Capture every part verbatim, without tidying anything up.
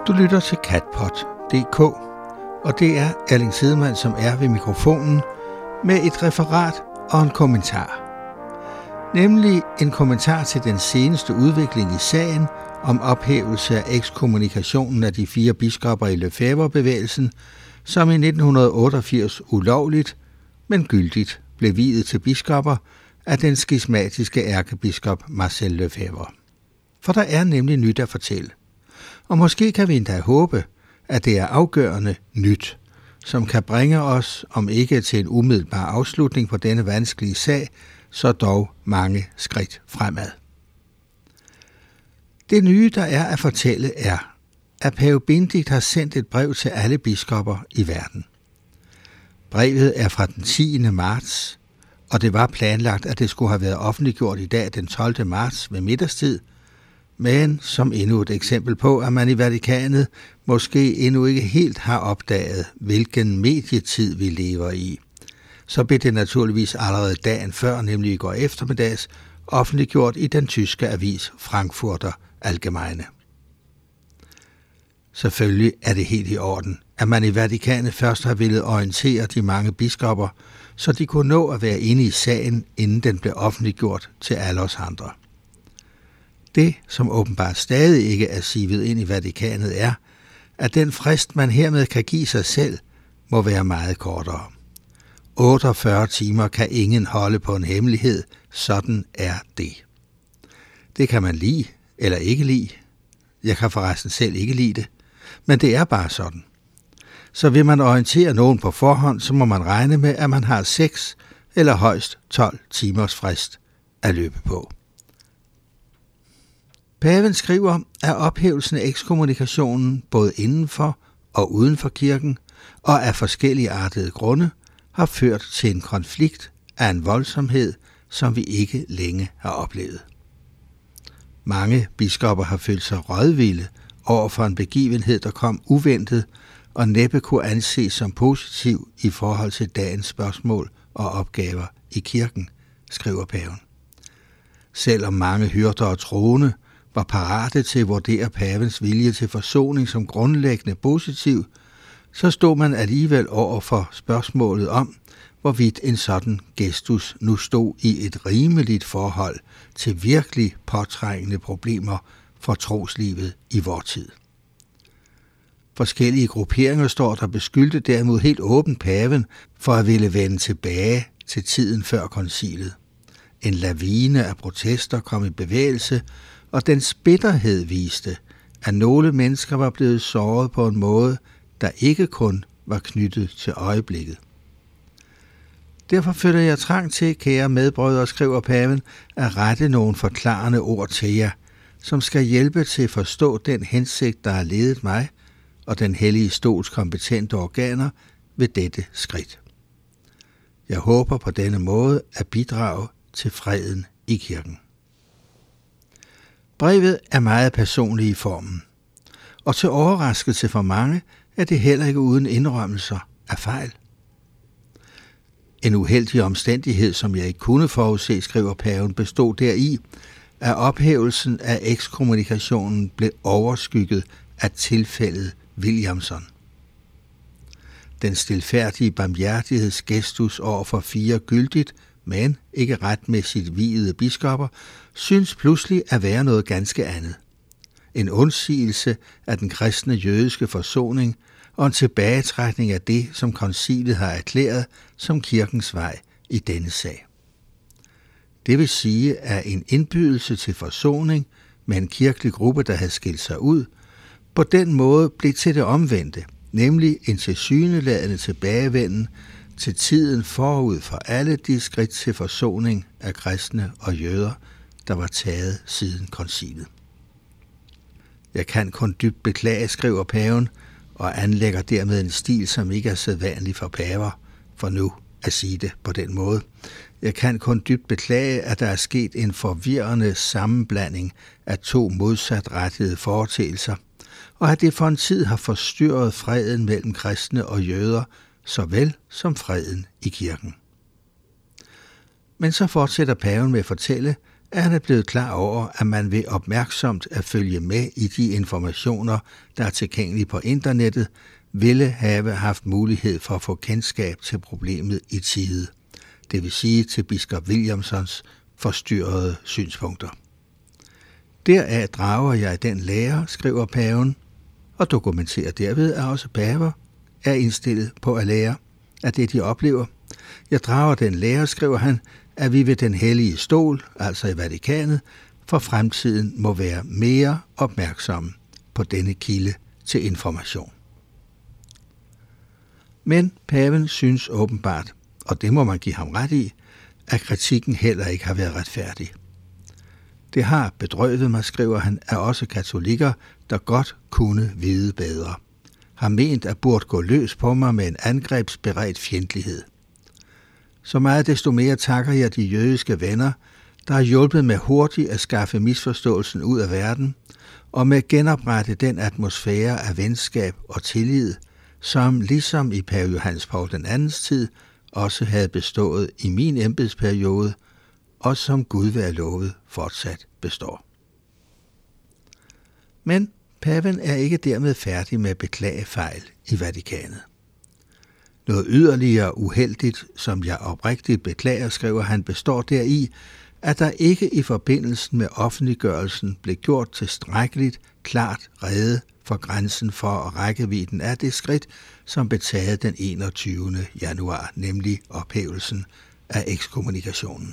Du lytter til Katpot punktum d k, og det er Erling Sedemann, som er ved mikrofonen, med et referat og en kommentar. Nemlig en kommentar til den seneste udvikling i sagen om ophævelse af ekskommunikationen af de fire biskopper i Lefebvre-bevægelsen, som i nitten otteogfirs ulovligt, men gyldigt blev viet til biskopper af den skismatiske ærkebiskop Marcel Lefebvre. For der er nemlig nyt at fortælle. Og måske kan vi endda håbe, at det er afgørende nyt, som kan bringe os, om ikke til en umiddelbar afslutning på denne vanskelige sag, så dog mange skridt fremad. Det nye, der er at fortælle, er, at pave Benedikt har sendt et brev til alle biskopper i verden. Brevet er fra den tiende marts, og det var planlagt, at det skulle have været offentliggjort i dag den tolvte marts ved middagstid, men som endnu et eksempel på, at man i Vatikanet måske endnu ikke helt har opdaget, hvilken medietid vi lever i, så blev det naturligvis allerede dagen før, nemlig i går eftermiddags, offentliggjort i den tyske avis Frankfurter Allgemeine. Selvfølgelig er det helt i orden, at man i Vatikanet først har ville orientere de mange biskopper, så de kunne nå at være inde i sagen, inden den blev offentliggjort til alle os andre. Det, som åbenbart stadig ikke er sivet ind i Vatikanet, er, at den frist, man hermed kan give sig selv, må være meget kortere. otteogfyrre timer kan ingen holde på en hemmelighed, sådan er det. Det kan man lide eller ikke lide. Jeg kan forresten selv ikke lide det, men det er bare sådan. Så vil man orientere nogen på forhånd, så må man regne med, at man har seks eller højst tolv timers frist at løbe på. Paven skriver, at ophævelsen af ekskommunikationen både inden for og uden for kirken og af forskellige artede grunde har ført til en konflikt af en voldsomhed, som vi ikke længe har oplevet. Mange biskopper har følt sig rådvilde over for en begivenhed, der kom uventet og næppe kunne anses som positiv i forhold til dagens spørgsmål og opgaver i kirken, skriver paven. Selvom mange hyrder og troende var parate til at vurdere pavens vilje til forsoning som grundlæggende positiv, så stod man alligevel over for spørgsmålet om, hvorvidt en sådan gestus nu stod i et rimeligt forhold til virkelig påtrængende problemer for troslivet i vor tid. Forskellige grupperinger står der beskyldte derimod helt åbent paven for at ville vende tilbage til tiden før koncilet. En lavine af protester kom i bevægelse, og dens bitterhed viste, at nogle mennesker var blevet såret på en måde, der ikke kun var knyttet til øjeblikket. Derfor føler jeg trang til, kære medbrødre, skriver paven, at rette nogle forklarende ord til jer, som skal hjælpe til at forstå den hensigt, der har ledet mig og den hellige stols kompetente organer ved dette skridt. Jeg håber på denne måde at bidrage til freden i kirken. Brevet er meget personligt i formen, og til overraskelse for mange er det heller ikke uden indrømmelser af fejl. En uheldig omstændighed, som jeg ikke kunne forudse, skriver paven, bestod deri, at ophævelsen af ekskommunikationen blev overskygget af tilfældet Williamson. Den stilfærdige barmhjertighedsgestus over for fire gyldigt, men ikke retmæssigt viede biskopper, synes pludselig at være noget ganske andet. En undsigelse af den kristne jødiske forsoning og en tilbagetrækning af det, som koncilet har erklæret som kirkens vej i denne sag. Det vil sige, at en indbydelse til forsoning med en kirkelig gruppe, der havde skilt sig ud, på den måde blev til det omvendte, nemlig en tilsyneladende tilbagevenden til tiden forud for alle de skridt til forsoning af kristne og jøder, der var taget siden koncilet. Jeg kan kun dybt beklage, skriver paven, og anlægger dermed en stil, som ikke er sædvanlig for paver, for nu at sige det på den måde. Jeg kan kun dybt beklage, at der er sket en forvirrende sammenblanding af to modsatrettede foreteelser, og at det for en tid har forstyrret freden mellem kristne og jøder, såvel som freden i kirken. Men så fortsætter paven med at fortælle, er han blevet klar over, at man ved opmærksomt at følge med i de informationer, der er tilgængelige på internettet, ville have haft mulighed for at få kendskab til problemet i tide, det vil sige til biskop Williamsons forstyrrede synspunkter. Deraf drager jeg den lære, skriver paven, og dokumenterer derved, at også paver er indstillet på at lære af det, de oplever. Jeg drager den lære, skriver han, at vi ved den hellige stol, altså i Vatikanet, for fremtiden må være mere opmærksomme på denne kilde til information. Men paven synes åbenbart, og det må man give ham ret i, at kritikken heller ikke har været retfærdig. Det har bedrøvet mig, skriver han, at også katolikker, der godt kunne vide bedre, har ment at burde gå løs på mig med en angrebsberedt fjendtlighed. Så meget desto mere takker jeg de jødiske venner, der har hjulpet med hurtigt at skaffe misforståelsen ud af verden, og med at genoprette den atmosfære af venskab og tillid, som ligesom i pave Johannes Paul den andens tid også havde bestået i min embedsperiode, og som Gud være lovet fortsat består. Men paven er ikke dermed færdig med at beklage fejl i Vatikanet. Noget yderligere uheldigt, som jeg oprigtigt beklager, skriver han, består deri, at der ikke i forbindelsen med offentliggørelsen blev gjort tilstrækkeligt klart rede for grænsen for rækkevidden af det skridt, som blev taget den enogtyvende januar, nemlig ophævelsen af ekskommunikationen.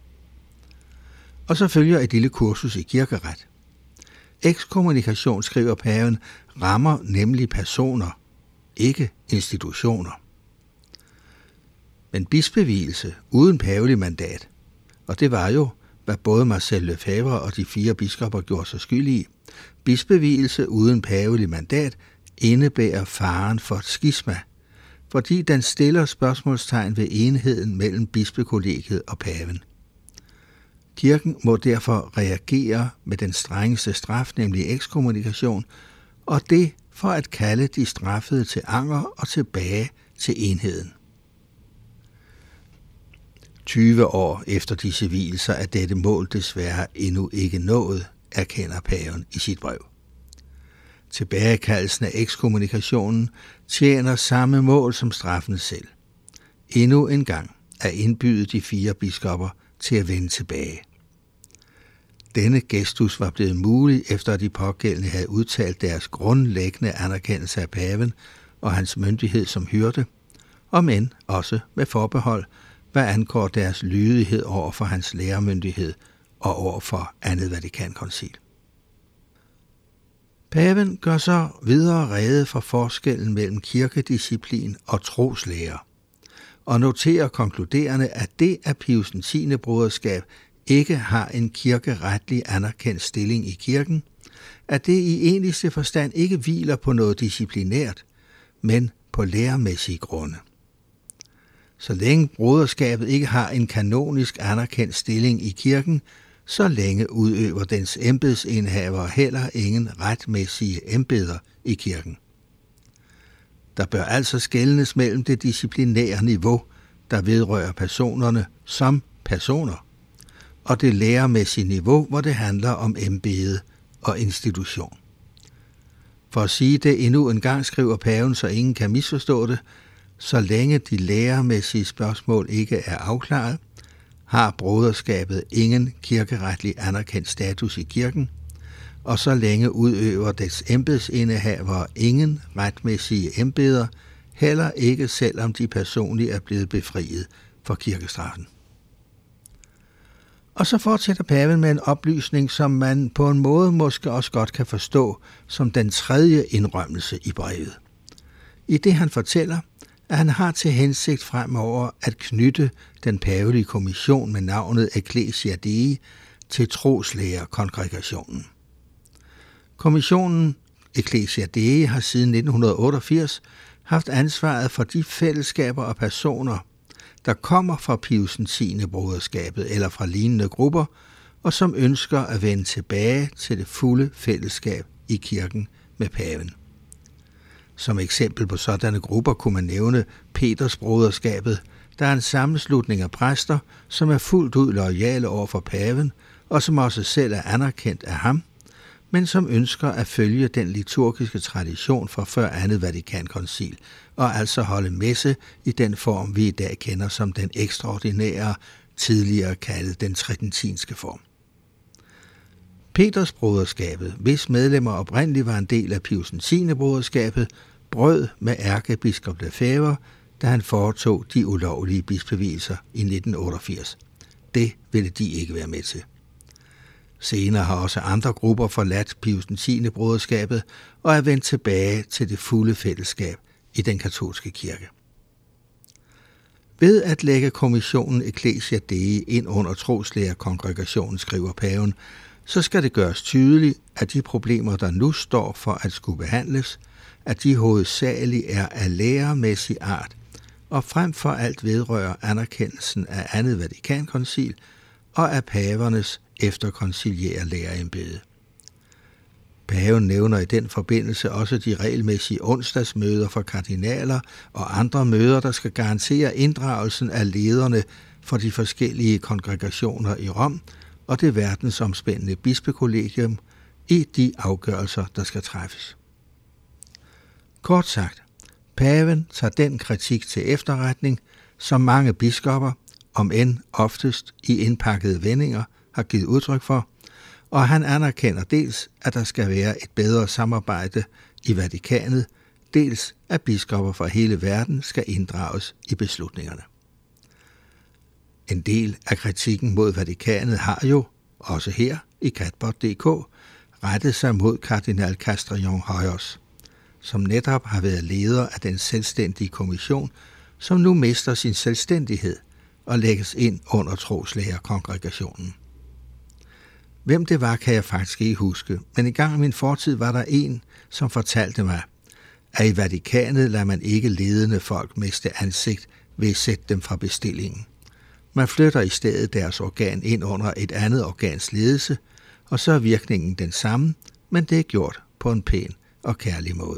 Og så følger et lille kursus i kirkeret. Ekskommunikation, skriver paven, rammer nemlig personer, ikke institutioner. Men bispevielse uden pavelig mandat, og det var jo, hvad både Marcel Lefebvre og de fire biskopper gjorde sig skyld i, bispevielse uden pavelig mandat indebærer faren for et skisma, fordi den stiller spørgsmålstegn ved enheden mellem bispekollegiet og paven. Kirken må derfor reagere med den strengeste straf, nemlig ekskommunikation, og det for at kalde de straffede til anger og tilbage til enheden. tyve år efter disse vielser er dette mål desværre endnu ikke nået, erkender paven i sit brev. Tilbagekaldelsen af ekskommunikationen tjener samme mål som straffen selv. Endnu en gang at indbyde de fire biskopper til at vende tilbage. Denne gestus var blevet mulig, efter at de pågældende havde udtalt deres grundlæggende anerkendelse af paven og hans myndighed som hyrde, om end også med forbehold, hvad angår deres lydighed over for hans lærermyndighed og over for andet Vatikankoncil. Paven gør så videre rede for forskellen mellem kirkedisciplin og troslære, og noterer konkluderende, at det af Pius den tiende broderskab ikke har en kirkeretlig anerkendt stilling i kirken, at det i egentligste forstand ikke hviler på noget disciplinært, men på læremæssige grunde. Så længe broderskabet ikke har en kanonisk anerkendt stilling i kirken, så længe udøver dens embedsindehavere heller ingen retmæssige embeder i kirken. Der bør altså skelnes mellem det disciplinære niveau, der vedrører personerne som personer, og det læremæssige niveau, hvor det handler om embede og institution. For at sige det endnu en gang, skriver paven, så ingen kan misforstå det, så længe de læremæssige spørgsmål ikke er afklaret, har broderskabet ingen kirkeretlig anerkendt status i kirken, og så længe udøver dets embedsindehavere ingen retmæssige embeder, heller ikke selvom de personligt er blevet befriet for kirkestraffen. Og så fortsætter paven med en oplysning, som man på en måde måske også godt kan forstå som den tredje indrømmelse i brevet. I det han fortæller, at han har til hensigt fremover at knytte den pavelige kommission med navnet Ecclesia Dei til troslærerkongregationen. Kommissionen Ecclesia Dei har siden nitten otteogfirs haft ansvaret for de fællesskaber og personer, der kommer fra Pius den tiende broderskabet eller fra lignende grupper, og som ønsker at vende tilbage til det fulde fællesskab i kirken med paven. Som eksempel på sådanne grupper kunne man nævne Peters broderskabet, der er en sammenslutning af præster, som er fuldt ud loyale over for paven og som også selv er anerkendt af ham, men som ønsker at følge den liturgiske tradition fra før andet Vatikankoncil, og altså holde messe i den form, vi i dag kender som den ekstraordinære, tidligere kaldet den tridentinske form. Petersbroderskabet, hvis medlemmer oprindeligt var en del af Pius tiende broderskabet, brød med ærkebiskop Lefebvre, da han foretog de ulovlige bispevielser i nitten otteogfirs. Det ville de ikke være med til. Senere har også andre grupper forladt Pius tiende broderskabet og er vendt tilbage til det fulde fællesskab i den katolske kirke. Ved at lægge kommissionen Ecclesia Dei ind under troslærerkongregationen, skriver paven, så skal det gøres tydeligt, at de problemer, der nu står for at skulle behandles, at de hovedsageligt er af lærermæssig art, og frem for alt vedrører anerkendelsen af andet Vatikankoncil og af pavernes efterkonciliære lærerembede. Paven nævner i den forbindelse også de regelmæssige onsdagsmøder for kardinaler og andre møder, der skal garantere inddragelsen af lederne for de forskellige kongregationer i Rom og det verdensomspændende bispekollegium i de afgørelser, der skal træffes. Kort sagt, paven tager den kritik til efterretning, som mange biskopper, om end oftest i indpakkede vendinger, har givet udtryk for, og han anerkender dels, at der skal være et bedre samarbejde i Vatikanet, dels at biskopper fra hele verden skal inddrages i beslutningerne. En del af kritikken mod Vatikanet har jo, også her i Catbot punktum d k, rettet sig mod kardinal Castrillon Hoyos, som netop har været leder af den selvstændige kommission, som nu mister sin selvstændighed og lægges ind under troslærerkongregationen. Hvem det var, kan jeg faktisk ikke huske, men engang i min fortid var der en, som fortalte mig, at i Vatikanet lader man ikke ledende folk miste ansigt ved at sætte dem fra bestillingen. Man flytter i stedet deres organ ind under et andet organs ledelse, og så er virkningen den samme, men det er gjort på en pæn og kærlig måde.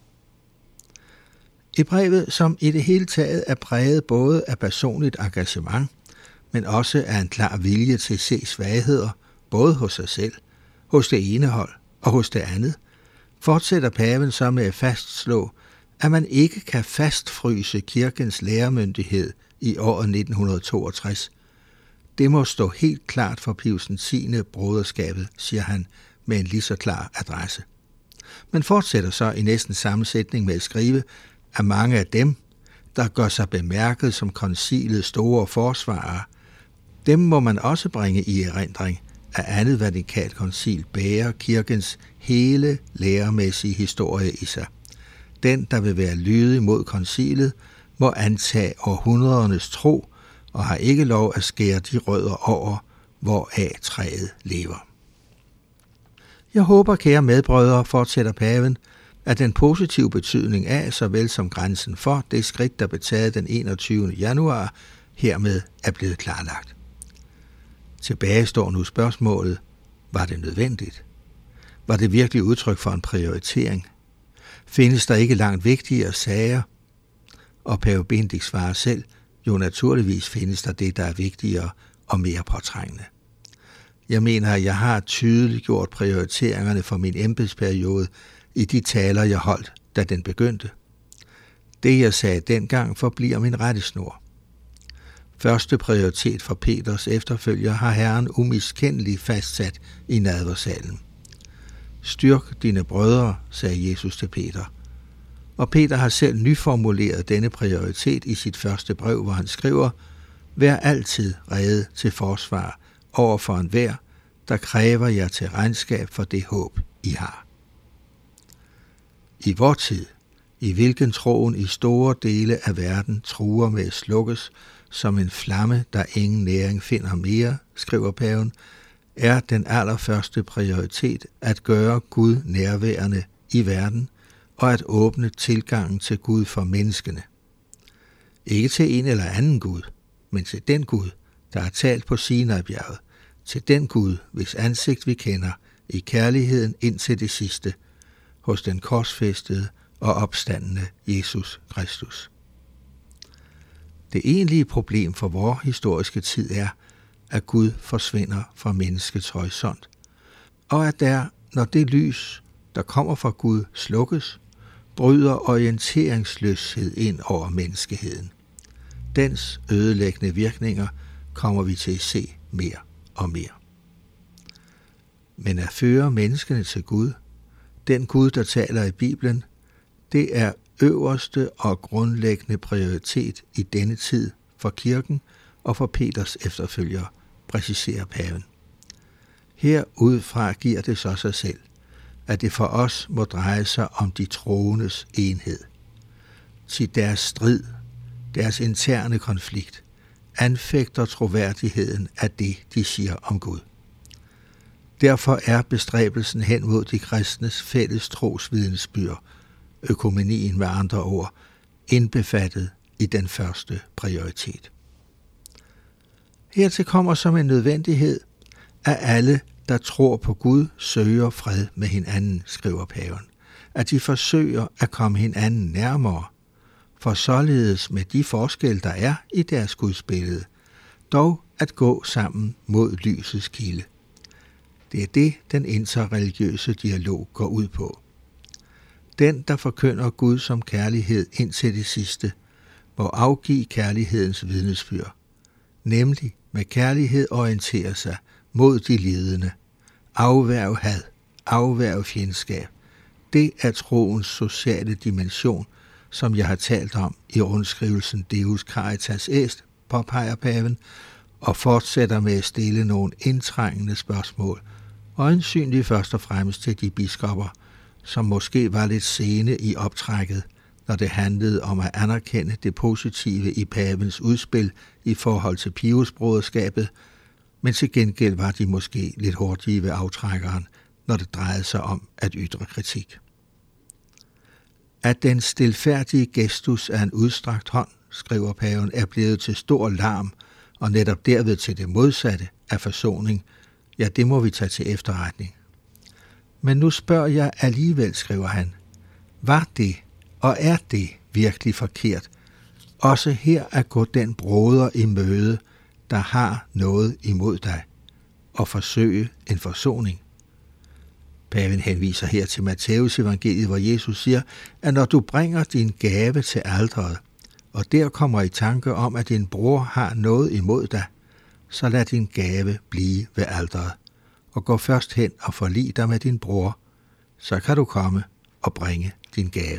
I brevet, som i det hele taget er præget både af personligt engagement, men også af en klar vilje til at se svagheder, både hos sig selv, hos det ene hold og hos det andet, fortsætter paven så med at fastslå, at man ikke kan fastfryse kirkens lærermyndighed i året nitten toogtres. Det må stå helt klart for Pius tiende broderskabet, siger han med en lige så klar adresse. Men fortsætter så i næsten samme sætning med at skrive, at mange af dem, der gør sig bemærket som koncilets store forsvarere, dem må man også bringe i erindring, at andet Vatikankoncil bærer kirkens hele lærermæssige historie i sig. Den, der vil være lydig mod koncilet, må antage århundredernes tro og har ikke lov at skære de rødder over, hvoraf træet lever. Jeg håber, kære medbrødre, fortsætter paven, at den positive betydning af, såvel som grænsen for det skridt, der blev taget den enogtyvende januar, hermed er blevet klarlagt. Tilbage står nu spørgsmålet, var det nødvendigt? Var det virkelig udtryk for en prioritering? Findes der ikke langt vigtigere sager? Og pave Benedikt svarer selv, jo naturligvis findes der det, der er vigtigere og mere påtrængende. Jeg mener, at jeg har tydeligt gjort prioriteringerne for min embedsperiode i de taler, jeg holdt, da den begyndte. Det, jeg sagde dengang, forbliver min rettesnor. Første prioritet for Peters efterfølger har Herren umiskendeligt fastsat i nadversalen. Styrk dine brødre, sagde Jesus til Peter. Og Peter har selv nyformuleret denne prioritet i sit første brev, hvor han skriver, vær altid rede til forsvar over for enhver, der kræver jer til regnskab for det håb, I har. I vor tid, i hvilken troen i store dele af verden truer med at slukkes som en flamme, der ingen næring finder mere, skriver paven, er den allerførste prioritet at gøre Gud nærværende i verden og at åbne tilgangen til Gud for menneskene. Ikke til en eller anden Gud, men til den Gud, der har talt på Sinai-bjerget, til den Gud, hvis ansigt vi kender, i kærligheden indtil det sidste, hos den korsfæstede og opstandende Jesus Kristus. Det egentlige problem for vor historiske tid er, at Gud forsvinder fra menneskets horisont, og at der, når det lys, der kommer fra Gud, slukkes, bryder orienteringsløshed ind over menneskeheden. Dens ødelæggende virkninger kommer vi til at se mere og mere. Men at føre menneskene til Gud, den Gud, der taler i Bibelen, det er øverste og grundlæggende prioritet i denne tid for kirken og for Peters efterfølgere, præciserer paven. Herudfra giver det så sig selv, at det for os må dreje sig om de troendes enhed. Til deres strid, deres interne konflikt, anfægter troværdigheden af det, de siger om Gud. Derfor er bestræbelsen hen mod de kristnes fælles trosvidensbyrd, økumenien med andre ord, indbefattet i den første prioritet. Hertil kommer som en nødvendighed, at alle, der tror på Gud, søger fred med hinanden, skriver paven. At de forsøger at komme hinanden nærmere, for således med de forskelle, der er i deres gudsbillede, dog at gå sammen mod lysets kilde. Det er det, den interreligiøse dialog går ud på. Den, der forkynder Gud som kærlighed indtil det sidste, må afgive kærlighedens vidnesbyrd, nemlig med kærlighed orientere sig mod de lidende, afværge had, afværge fjendskab. Det er troens sociale dimension, som jeg har talt om i rundskrivelsen Deus Caritas Est, påpeger paven, og fortsætter med at stille nogle indtrængende spørgsmål, øjensynligt først og fremmest til de biskopper, som måske var lidt sene i optrækket, når det handlede om at anerkende det positive i pavens udspil i forhold til Piusbroderskabet, men til gengæld var de måske lidt hurtige ved aftrækkeren, når det drejede sig om at ytre kritik. At den stilfærdige gestus af en udstrakt hånd, skriver paven, er blevet til stor larm, og netop derved til det modsatte af forsoning, ja, det må vi tage til efterretning. Men nu spørger jeg alligevel, skriver han, var det og er det virkelig forkert, også her at gå den broder i møde, der har noget imod dig, og forsøge en forsoning? Paven henviser her til Matthæus evangeliet, hvor Jesus siger, at når du bringer din gave til alteret, og der kommer i tanke om, at din bror har noget imod dig, så lad din gave blive ved alteret, og gå først hen og forlig dig med din bror, så kan du komme og bringe din gave.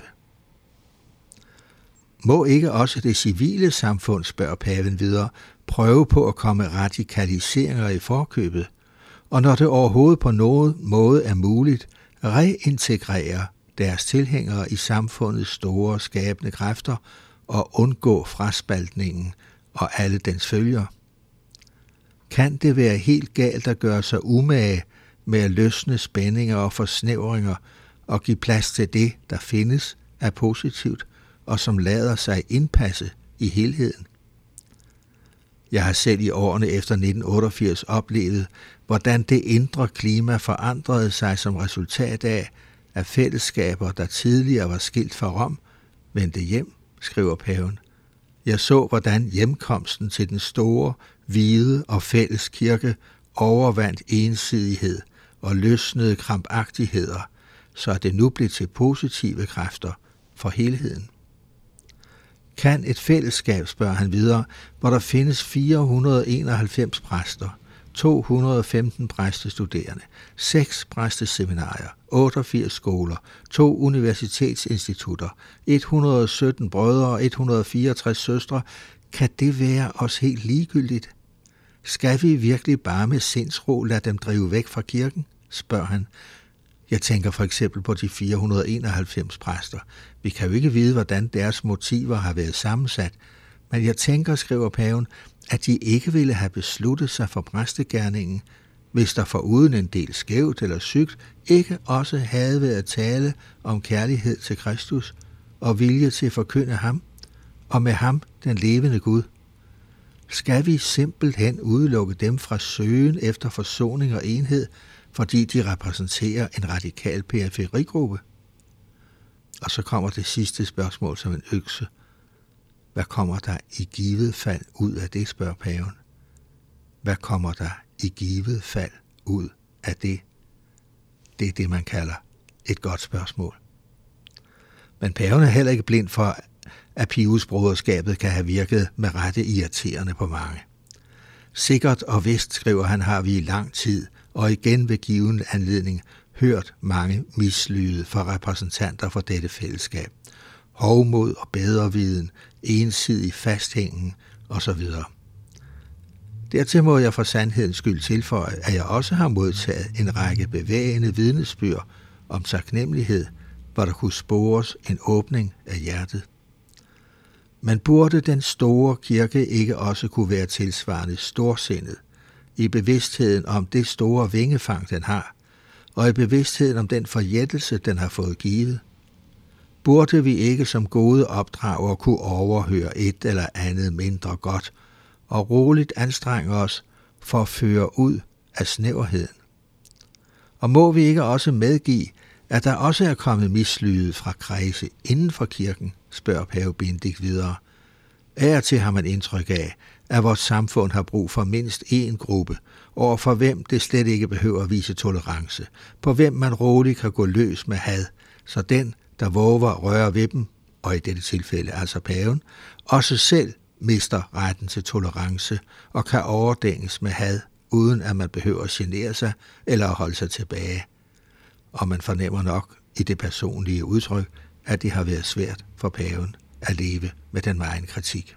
Må ikke også det civile samfund, spørger paven videre, prøve på at komme radikaliseringer i forkøbet, og når det overhovedet på nogen måde er muligt, reintegrere deres tilhængere i samfundets store skabende kræfter og undgå fraspaltningen og alle dens følgere? Kan det være helt galt at gøre sig umage med at løsne spændinger og forsnævringer og give plads til det, der findes, er positivt og som lader sig indpasse i helheden? Jeg har selv i årene efter nitten otteogfirs oplevet, hvordan det indre klima forandrede sig som resultat af, at fællesskaber, der tidligere var skilt fra Rom, vendte hjem, skriver paven. Jeg så, hvordan hjemkomsten til den store, hvide og fælles kirke overvandt ensidighed og løsnede krampagtigheder, så det nu blev til positive kræfter for helheden. Kan et fællesskab, spørger han videre, hvor der findes fire hundrede og enoghalvfems præster, to hundrede og femten præstestuderende, seks præsteseminarier, otteogfirs skoler, to universitetsinstitutter, et hundrede og sytten brødre og et hundrede og fireogtres søstre, kan det være os helt ligegyldigt? Skal vi virkelig bare med sindsro lade dem drive væk fra kirken, spørger han. Jeg tænker for eksempel på de fire hundrede og enoghalvfems præster. Vi kan jo ikke vide, hvordan deres motiver har været sammensat, men jeg tænker, skriver paven, at de ikke ville have besluttet sig for præstegerningen, hvis der foruden en del skævt eller sygt ikke også havde været tale om kærlighed til Kristus og vilje til at forkynde ham, og med ham den levende Gud. Skal vi simpelthen udelukke dem fra søgen efter forsoning og enhed, fordi de repræsenterer en radikal periferigruppe? Og så kommer det sidste spørgsmål som en økse. Hvad kommer der i givet fald ud af det, spørger paven? hvad kommer der i givet fald ud af det? Det er det, man kalder et godt spørgsmål. Men paven er heller ikke blind for, at Pius-broderskabet kan have virket med rette irriterende på mange. Sikkert og vist, skriver han, har vi i lang tid, og igen ved given anledning, hørt mange mislyde fra repræsentanter for dette fællesskab. Hovmod og bedreviden, ensidig fasthængen osv. Dertil må jeg for sandhedens skyld tilføje, at jeg også har modtaget en række bevægende vidnesbyrd om taknemmelighed, hvor der kunne spores en åbning af hjertet. Men burde den store kirke ikke også kunne være tilsvarende storsindet, i bevidstheden om det store vingefang, den har, og i bevidstheden om den forjættelse, den har fået givet? Burde vi ikke som gode opdragere kunne overhøre et eller andet mindre godt, og roligt anstrenge os for at føre ud af snæverheden? Og må vi ikke også medgive, at der også er kommet mislyde fra kredse inden for kirken, spørger pave Benedikt videre. Af og til har man indtryk af, at vores samfund har brug for mindst én gruppe, over for hvem det slet ikke behøver at vise tolerance, på hvem man roligt kan gå løs med had, så den, der våger at røre ved dem, og i dette tilfælde altså paven, også selv mister retten til tolerance og kan overdænges med had, uden at man behøver at genere sig eller at holde sig tilbage. Og man fornemmer nok i det personlige udtryk, at det har været svært for paven at leve med den megen kritik.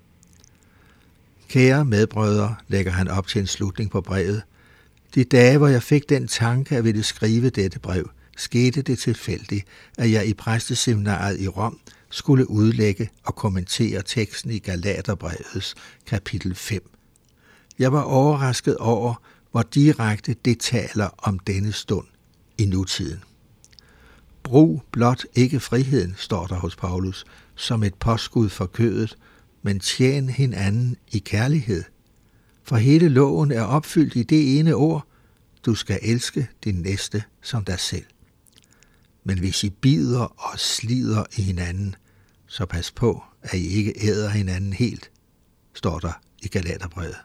Kære medbrødre, lægger han op til en slutning på brevet. De dage, hvor jeg fik den tanke at ville skrive dette brev, skete det tilfældigt, at jeg i præsteseminariet i Rom skulle udlægge og kommentere teksten i Galaterbrevets kapitel fem. Jeg var overrasket over, hvor direkte det taler om denne stund i nutiden. Brug blot ikke friheden, står der hos Paulus, som et påskud for kødet, men tjen hinanden i kærlighed. For hele loven er opfyldt i det ene ord, du skal elske din næste som dig selv. Men hvis I bider og slider i hinanden, så pas på, at I ikke æder hinanden helt, står der i Galaterbrevet.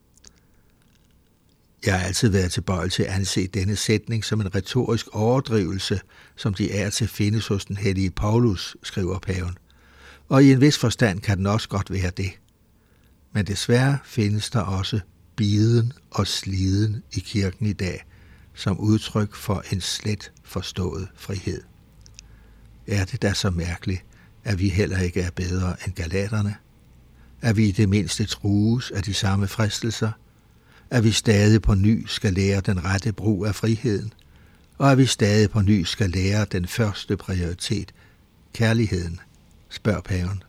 Jeg har altid været tilbøjelig til at anse denne sætning som en retorisk overdrivelse, som de er til findes hos den hellige Paulus, skriver paven. Og i en vis forstand kan den også godt være det. Men desværre findes der også biden og sliden i kirken i dag, som udtryk for en slet forstået frihed. Er det da så mærkeligt, at vi heller ikke er bedre end galaterne? At vi i det mindste trues af de samme fristelser? At vi stadig på ny skal lære den rette brug af friheden? Og at vi stadig på ny skal lære den første prioritet, kærligheden, spørger paven.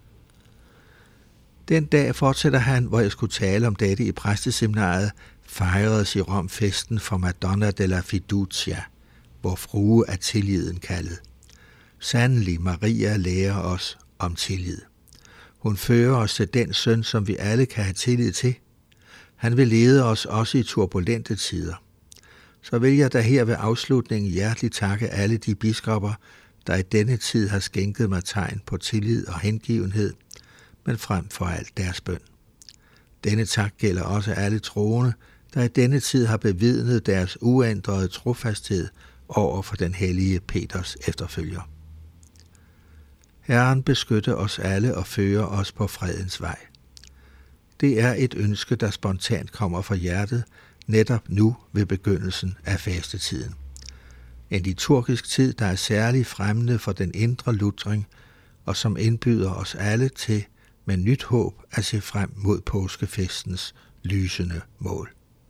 Den dag, fortsætter han, hvor jeg skulle tale om dette i præsteseminariet, fejredes i Rom festen for Madonna della Fiducia, hvor frue er tilliden kaldet. Sandelig, Maria lærer os om tillid. Hun fører os til den søn, som vi alle kan have tillid til. Han vil lede os også i turbulente tider. Så vil jeg da her ved afslutningen hjerteligt takke alle de biskopper, der i denne tid har skænket mig tegn på tillid og hengivenhed, men frem for alt deres bøn. Denne tak gælder også alle troende, der i denne tid har bevidnet deres uændrede trofasthed over for den hellige Peters efterfølger. Herren beskytter os alle og fører os på fredens vej. Det er et ønske, der spontant kommer fra hjertet, netop nu ved begyndelsen af fastetiden. En liturgisk tid, der er særlig fremmende for den indre lutring, og som indbyder os alle til med nyt håb at se frem mod påskefestens lysende mål.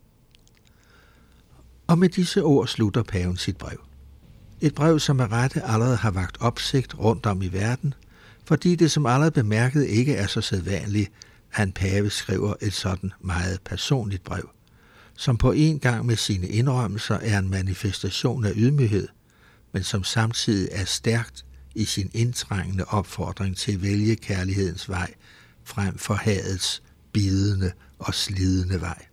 Og med disse ord slutter paven sit brev. Et brev, som med rette allerede har vakt opsigt rundt om i verden, fordi det som allerede bemærket ikke er så sædvanligt, at en pave skriver et sådan meget personligt brev, som på en gang med sine indrømmelser er en manifestation af ydmyghed, men som samtidig er stærkt i sin indtrængende opfordring til at vælge kærlighedens vej frem for hadets bidende og slidende vej.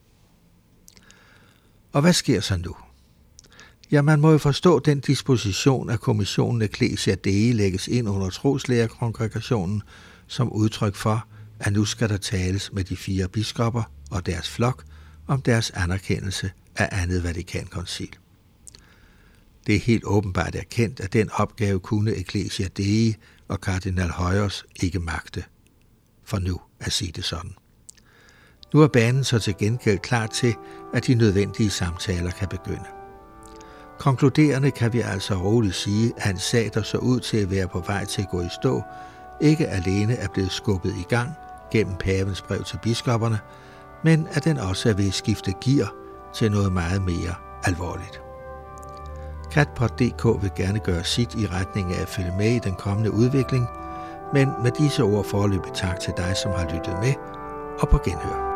Og hvad sker så nu? Ja, man må jo forstå den disposition, at kommissionen Ecclesia Dei lægges ind under troslærerkongregationen som udtryk for, at nu skal der tales med de fire biskopper og deres flok om deres anerkendelse af andet Vatikankoncil. Det er helt åbenbart erkendt, at den opgave kunne Ecclesia Dei og kardinal Højers ikke magte. For nu at sige det sådan. Nu er banen så til gengæld klar til, at de nødvendige samtaler kan begynde. Konkluderende kan vi altså roligt sige, at en sag, der så ud til at være på vej til at gå i stå, ikke alene er blevet skubbet i gang gennem pavens brev til biskopperne, men at den også er ved at skifte gear til noget meget mere alvorligt. Katpot punktum d k vil gerne gøre sit i retning af at følge med i den kommende udvikling, men med disse ord foreløbig tak til dig, som har lyttet med, og på genhør.